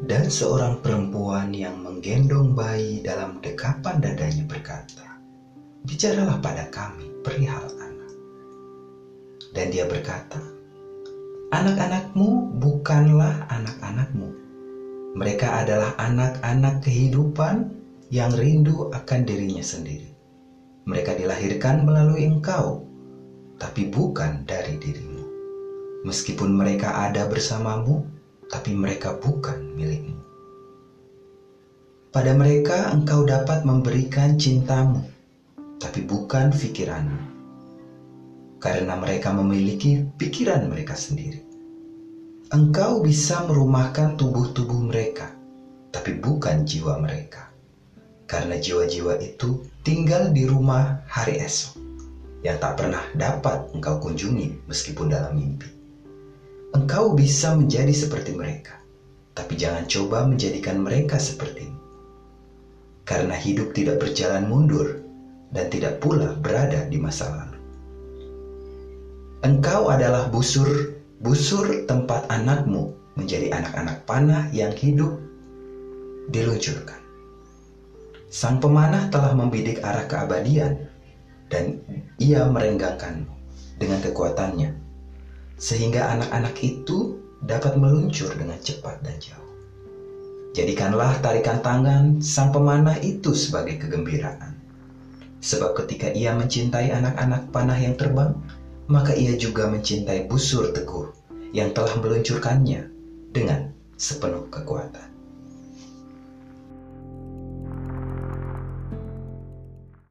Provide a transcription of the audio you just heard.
Dan seorang perempuan yang menggendong bayi dalam dekapan dadanya berkata, "Bicaralah pada kami perihal anak." Dan dia berkata, "Anak-anakmu bukanlah anak-anakmu. Mereka adalah anak-anak kehidupan yang rindu akan dirinya sendiri. Mereka dilahirkan melalui engkau, tapi bukan dari dirimu. Meskipun mereka ada bersamamu, tapi mereka bukan milikmu. Pada mereka engkau dapat memberikan cintamu, tapi bukan pikiranmu, karena mereka memiliki pikiran mereka sendiri. Engkau bisa merumahkan tubuh-tubuh mereka, tapi bukan jiwa mereka, karena jiwa-jiwa itu tinggal di rumah hari esok, yang tak pernah dapat engkau kunjungi meskipun dalam mimpi. Engkau bisa menjadi seperti mereka, tapi jangan coba menjadikan mereka sepertimu. Karena hidup tidak berjalan mundur dan tidak pula berada di masa lalu. Engkau adalah busur tempat anakmu menjadi anak-anak panah yang hidup diluncurkan. Sang pemanah telah membidik arah keabadian, dan ia merenggangkanmu dengan kekuatannya, sehingga anak-anak itu dapat meluncur dengan cepat dan jauh. Jadikanlah tarikan tangan sang pemanah itu sebagai kegembiraan. Sebab ketika ia mencintai anak-anak panah yang terbang, maka ia juga mencintai busur teguh yang telah meluncurkannya dengan sepenuh kekuatan.